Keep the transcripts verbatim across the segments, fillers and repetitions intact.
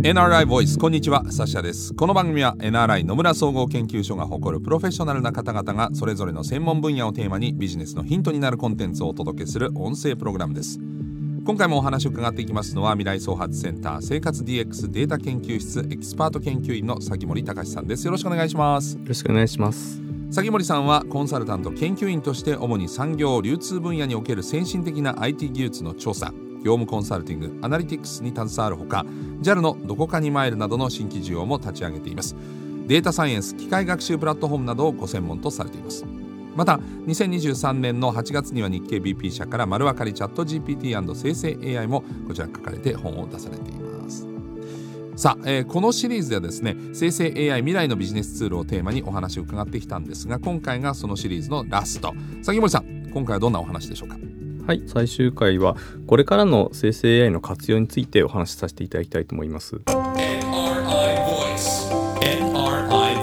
エヌアールアイ ボイス、こんにちは、サッシャです。この番組は エヌアールアイ 野村総合研究所が誇るプロフェッショナルな方々がそれぞれの専門分野をテーマにビジネスのヒントになるコンテンツをお届けする音声プログラムです。今回もお話を伺っていきますのは、未来創発センター生活 ディーエックス データ研究室エキスパート研究員の崎森隆さんです。よろしくお願いします。 よろしくお願いします。 崎森さんはコンサルタント研究員として主に産業流通分野における先進的な アイティー 技術の調査、業務コンサルティング、アナリティクスに携わるほか、 ジャル のどこかにマイルなどの新規事業も立ち上げています。データサイエンス、機械学習プラットフォームなどをご専門とされています。またにせんにじゅうさんねんのはちがつには日経 ビーピー 社から丸分かりチャット ジーピーティー& 生成 エーアイ もこちら書かれて本を出されています。さあ、えー、このシリーズではですね、生成 エーアイ 未来のビジネスツールをテーマにお話を伺ってきたんですが、今回がそのシリーズのラスト。崎森さん、今回はどんなお話でしょうか？ はい、最終回はこれからの生成 エーアイ の活用についてお話しさせていただきたいと思います。 エヌアールアイ Voice エヌアールアイ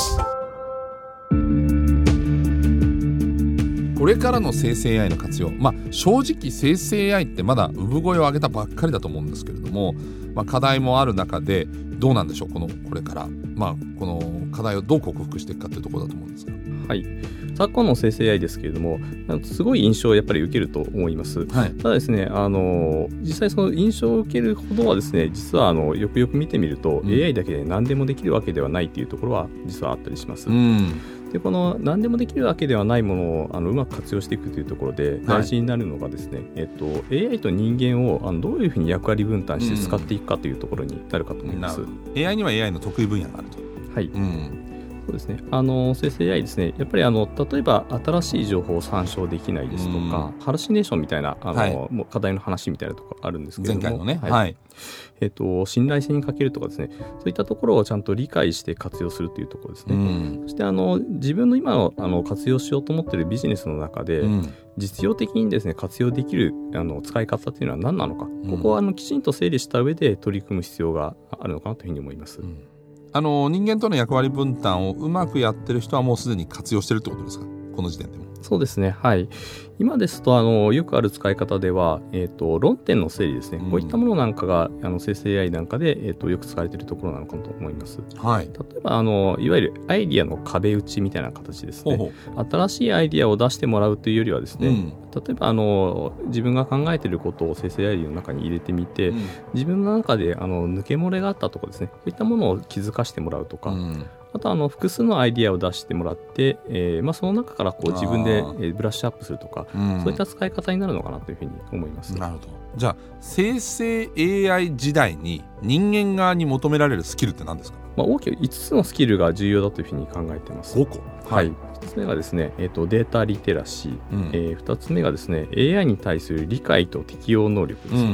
Voice。 これからの生成 エーアイ の活用、まあ、正直生成 エーアイ ってまだ産声を上げたばっかりだと思うんですけれども、まあ、課題もある中でどうなんでしょう、このこれから、まあ、この課題をどう克服していくかというところだと思うんですが。 はい、昨今の生成 エーアイ ですけれども、すごい印象をやっぱり受けると思います、はい、ただですね、あの実際その印象を受けるほどはですね、実はあのよくよく見てみると、うん、エーアイ だけで何でもできるわけではないというところは実はあったりします、うん、でこの何でもできるわけではないものをあのうまく活用していくというところで大事になるのがですね、はい、えっと、エーアイ と人間をあのどういうふうに役割分担して使っていくかというところになるかと思います、うん、 エーアイ には エーアイ の得意分野があると。 はい、うん、そうですね、あの生成 エーアイ ですね、やっぱりあの例えば新しい情報を参照できないですとか、うん、ハルシネーションみたいなあの、はい、もう課題の話みたいなところあるんですけれども、 前回のね、 はいはい、 えーと、信頼性に欠けるとかですね、そういったところをちゃんと理解して活用するというところですね、うん、そしてあの自分の今の、あの活用しようと思っているビジネスの中で、うん、実用的にですね活用できるあの使い方というのは何なのか、うん、ここはあのきちんと整理した上で取り組む必要があるのかなというふうに思います、うん、 あの人間との役割分担をうまくやってる人はもうすでに活用してるってことですか、この時点でも？ そうですね、はい、今ですとあのよくある使い方では、えーと、論点の整理ですね、うん、こういったものなんかがあの生成 エーアイ なんかで、えーと、よく使われているところなのかと思います、はい、例えばあのいわゆるアイディアの壁打ちみたいな形ですね。ほうほう、新しいアイディアを出してもらうというよりはですね、うん、例えばあの自分が考えていることを生成 エーアイ の中に入れてみて、うん、自分の中であの抜け漏れがあったとかですね、こういったものを気づかせてもらうとか、うん、あとあの複数のアイディアを出してもらって、えーまあ、その中からこう自分でブラッシュアップするとか、うん、そういった使い方になるのかなというふうに思います。 なるほど。じゃあ生成 エーアイ 時代に人間側に求められるスキルって何ですか？ まあ、大きくいつつのスキルが重要だというふうに考えています。 ごこ、 はい、ひとつめがですね、えーと、データリテラシー、うん、えー、ふたつめがですね エーアイ に対する理解と適応能力ですね、うんうんうん、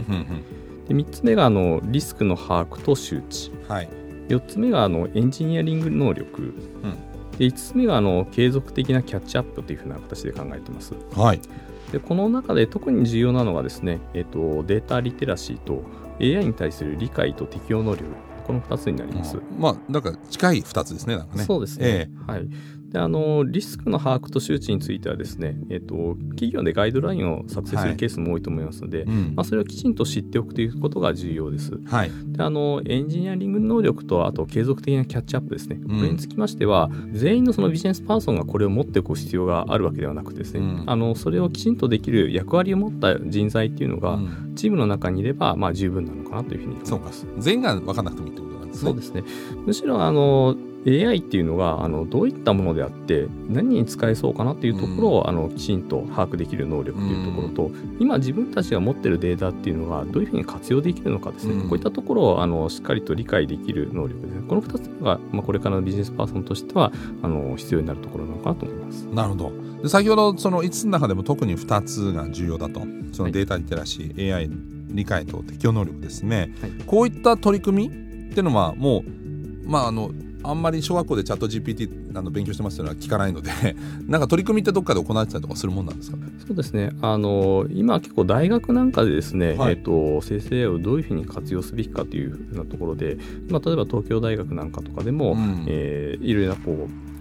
でみっつめがあのリスクの把握と周知、はい、よっつめがあのエンジニアリング能力、うん、でいつつめがあの継続的なキャッチアップというふうな形で考えています、はい、でこの中で特に重要なのがですね、えーと、データリテラシーと エーアイ に対する理解と適応能力、このふたつになります。 まあだから近いふたつですね、なんかね。 そうですね、えーはい、であのリスクの把握と周知についてはですね、えーと、企業でガイドラインを作成するケースも多いと思いますので、はい、うん、まあ、それをきちんと知っておくということが重要です、はい、であのエンジニアリング能力とあと継続的なキャッチアップですね、これにつきましては、うん、全員のそのビジネスパーソンがこれを持っておく必要があるわけではなくてですね、うん、あのそれをきちんとできる役割を持った人材っていうのが、うん、チームの中にいれば、まあ、十分なのかなというふうに思います。 そうか、全員が分からなくてもいいってことなんですね。 そうですね、むしろあのエーアイ っていうのがあのどういったものであって何に使えそうかなっていうところを、うん、あのきちんと把握できる能力っていうところと、うん、今自分たちが持っているデータっていうのがどういうふうに活用できるのかですね、うん、こういったところをあのしっかりと理解できる能力ですね。このふたつが、まあ、これからのビジネスパーソンとしてはあの必要になるところなのかなと思います。 なるほど。で先ほどそのいつつの中でも特にふたつが重要だと、そのデータリテラシー、はい、エーアイ 理解と適応能力ですね、はい、こういった取り組みっていうのはもうまああのあんまり小学校でチャット ジーピーティー あの勉強してますというのは聞かないのでなんか取り組みってどっかで行われてたりとかするもんなんですか？ そうですね、あの今結構大学なんかでですね、はい、えーと、生成 エーアイ をどういうふうに活用すべきかというふうなところで、まあ、例えば東京大学なんかとかでも、うん、えー、いろいろなこう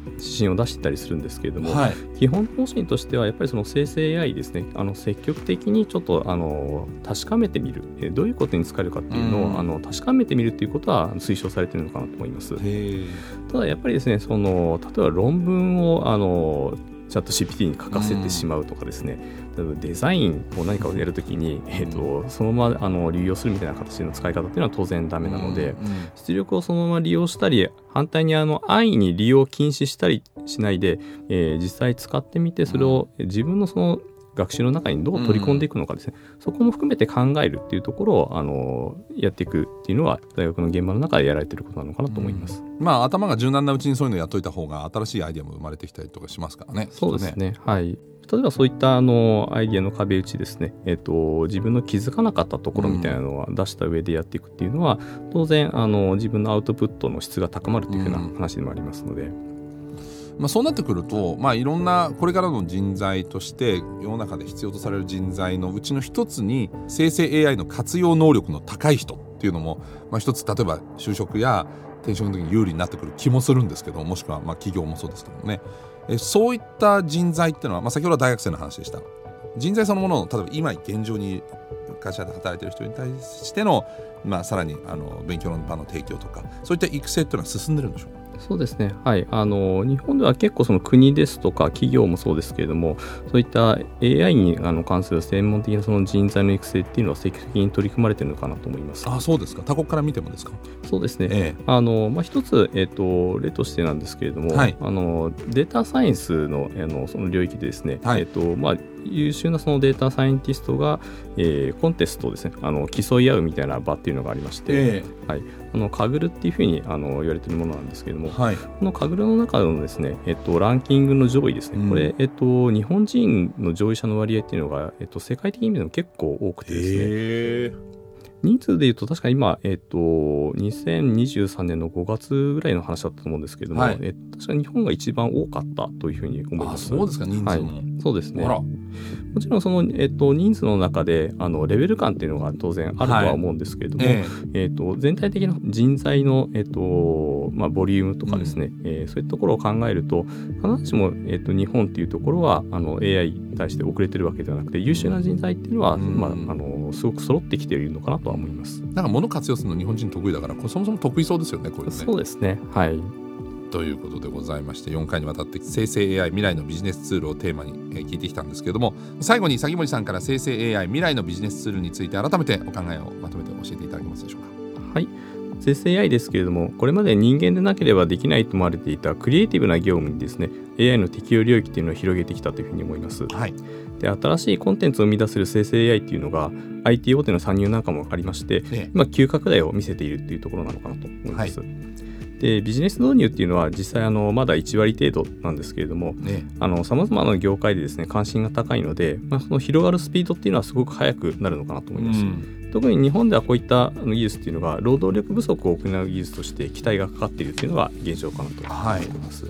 指針を出していたりするんですけれども、 はい、 基本方針としてはやっぱりその生成 エーアイ ですね、あの積極的にちょっとあの確かめてみる、えどういうことに使えるかっていうのを、うん、あの確かめてみるっていうことは推奨されているのかなと思います。ただやっぱりですね、その例えば論文をあのチャット ジーピーティー に書かせてしまうとかですね、うん、例えばデザインを何かをやるときに、うんえー、とそのままあの流用するみたいな形での使い方っていうのは当然ダメなので、うんうん、出力をそのまま利用したり反対にあの安易に利用を禁止したりしないで、えー、実際使ってみてそれを自分のその学習の中にどう取り込んでいくのかですね、うん、そこも含めて考えるっていうところをあのやっていくっていうのは大学の現場の中でやられていることなのかなと思います、 うん、まあ頭が柔軟なうちにそういうのやっといた方が新しいアイデアも生まれてきたりとかしますからね。 そうですね、はい。例えばそういったあのアイデアの壁打ちですね、えーと、自分の気づかなかったところみたいなのは出した上でやっていくっていうのは、うん、当然あの自分のアウトプットの質が高まるというふうな話でもありますので、うんまあ、そうなってくると、まあ、いろんなこれからの人材として世の中で必要とされる人材のうちの一つに生成 エーアイ の活用能力の高い人っていうのも、まあ、一つ例えば就職や転職の時に有利になってくる気もするんですけど、もしくはまあ企業もそうですけどもね、えそういった人材っていうのは、まあ、先ほどは大学生の話でした。人材そのものの例えば今現状に会社で働いている人に対しての、まあ、さらにあの勉強の場の提供とかそういった育成っていうのは進んでるんでしょうか。 そうですね、はい、あの日本では結構その国ですとか企業もそうですけれども、そういった エーアイ にあの関する専門的なその人材の育成っていうのは積極的に取り組まれているのかなと思います。 あ、そうですか。他国から見てもですか。 そうですね、 ええあのまあ、一つ、えー、と例としてなんですけれども、はい、あのデータサイエンス の, あのその領域でですね、はいえーとまあ、優秀なそのデータサイエンティストが、えー、コンテストをですね、あの競い合うみたいな場っていうのがありまして、えーはい、あのカグルっていうふうにあの言われているものなんですけれども、はい、このカグルの中のですね、えっと、ランキングの上位ですね、うん、これ、えっと、日本人の上位者の割合っていうのが、えっと、世界的に見ても結構多くてですね、へー人数でいうと確か今、えっと、にせんにじゅうさんねんのごがつぐらいの話だったと思うんですけれども、はいえっと、確か日本が一番多かったというふうに思います。 あ、そうですか。人数も、はい、 そうですね。もちろんその、えっと、人数の中であのレベル感っていうのが当然あるとは思うんですけれども、はいえーえっと、全体的な人材の、えっとまあ、ボリュームとかですね、うんえー、そういったところを考えると必ずしも、えっと、日本っていうところはあの エーアイ に対して遅れてるわけではなくて、優秀な人材っていうのは、うんまあ、あのすごく揃ってきているのかなとは思います。 なんか物活用するの日本人得意だからそもそも得意そうですよね、これね。 そうですね、はい。 ということでございまして、よんかいにわたって生成 エーアイ 未来のビジネスツールをテーマに聞いてきたんですけれども、最後に杉森さんから生成 エーアイ 未来のビジネスツールについて改めてお考えをまとめて教えていただけますでしょうか。 はい、生成 エーアイ ですけれども、これまで人間でなければできないと思われていたクリエイティブな業務にですね エーアイ の適用領域というのを広げてきたというふうに思います、はい、で新しいコンテンツを生み出せる生成 エーアイ というのが アイティー 大手の参入なんかもありまして、ええ、今急拡大を見せているというところなのかなと思います、はい。でビジネス導入っていうのは実際あのまだいちわり程度なんですけれども、さまざまな業界でですね関心が高いので、まあ、その広がるスピードっていうのはすごく速くなるのかなと思います、うん、特に日本ではこういった技術っていうのが労働力不足を補う技術として期待がかかっているっていうのが現状かなと思います、はい。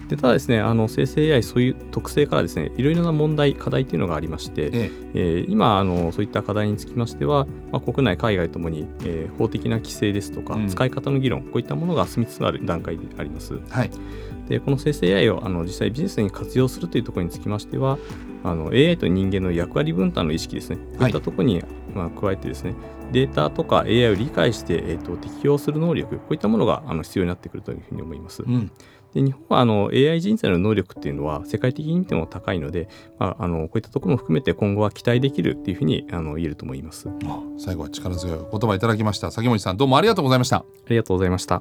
でただですね、あの生成 エーアイ そういう特性からですねいろいろな問題課題というのがありまして、えええー、今あのそういった課題につきましては、まあ、国内海外ともに、えー、法的な規制ですとか、うん、使い方の議論こういったものが進みつつある段階であります、はい。でこの生成 エーアイ をあの実際ビジネスに活用するというところにつきましては、あの エーアイ と人間の役割分担の意識ですね、こういったところに、まあ、加えてですねデータとか エーアイ を理解して、えー、と適用する能力こういったものがあの必要になってくるというふうに思います、うん。で日本はあの エーアイ 人材の能力っていうのは世界的に見ても高いので、まあ、あのこういったところも含めて今後は期待できるっていうふうにあの言えると思います。 あ、最後は力強い言葉いただきました。杉森さん、どうもありがとうございました。ありがとうございました。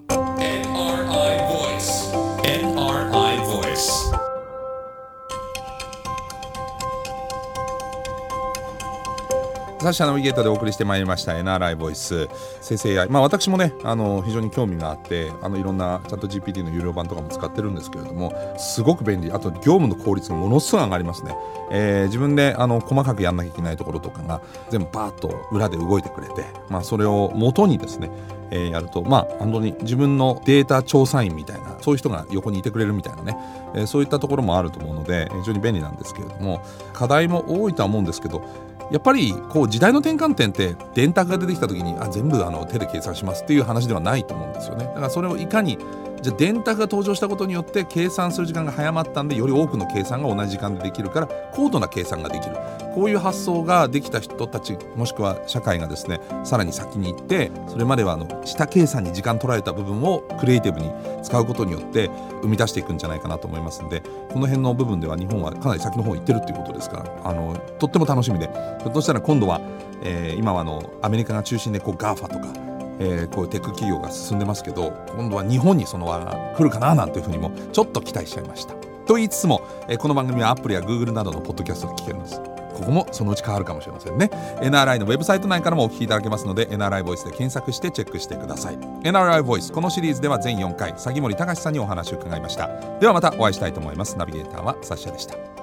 サッシャナビゲーターでお送りしてまいりました エヌアールアイ ボイス生成 エーアイ、まあ、私もねあの非常に興味があってあのいろんなチャット ジーピーティー の有料版とかも使ってるんですけれども、すごく便利。あと業務の効率がものすごい上がりますね、えー、自分であの細かくやんなきゃいけないところとかが全部バーッと裏で動いてくれて、まあ、それを元にですねえー、やると、まあ、本当に自分のデータ調査員みたいなそういう人が横にいてくれるみたいなね、えー、そういったところもあると思うので非常に便利なんですけれども、課題も多いとは思うんですけど、やっぱりこう時代の転換点って電卓が出てきた時にあ全部あの手で計算しますっていう話ではないと思うんですよね。だからそれをいかにじゃあ電卓が登場したことによって計算する時間が早まったんで、より多くの計算が同じ時間でできるから高度な計算ができる。こういう発想ができた人たち、もしくは社会がですね、さらに先に行って、それまではあの下計算に時間取られた部分をクリエイティブに使うことによって生み出していくんじゃないかなと思いますので、この辺の部分では日本はかなり先の方行ってるっていうことですから、あのとっても楽しみで、ひょっとしたら今度は、えー、今はあのアメリカが中心でこう ガーファ とか、えー、こういうテック企業が進んでますけど、今度は日本にその輪が来るかななんていうふうにもちょっと期待しちゃいました。と言いつつも、えー、この番組は Apple や Google などのポッドキャストで聞けるんです。ここもそのうち変わるかもしれませんね。 エヌアールアイ のウェブサイト内からもお聞きいただけますので、 エヌアールアイ ボイスで検索してチェックしてください。 エヌアールアイ ボイス、このシリーズでは全よんかい、鷺森隆さんにお話を伺いました。ではまたお会いしたいと思います。ナビゲーターはサッシャでした。